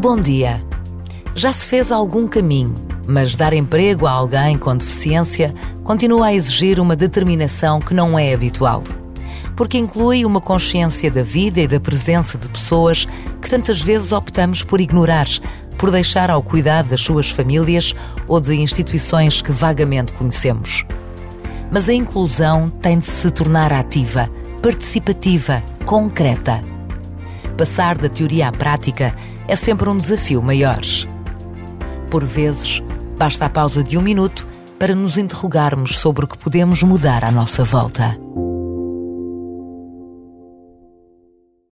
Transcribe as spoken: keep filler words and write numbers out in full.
Bom dia! Já se fez algum caminho, mas dar emprego a alguém com deficiência continua a exigir uma determinação que não é habitual, porque inclui uma consciência da vida e da presença de pessoas que tantas vezes optamos por ignorar, por deixar ao cuidado das suas famílias ou de instituições que vagamente conhecemos. Mas a inclusão tem de se tornar ativa, participativa, concreta. Passar da teoria à prática é sempre um desafio maior. Por vezes, basta a pausa de um minuto para nos interrogarmos sobre o que podemos mudar à nossa volta.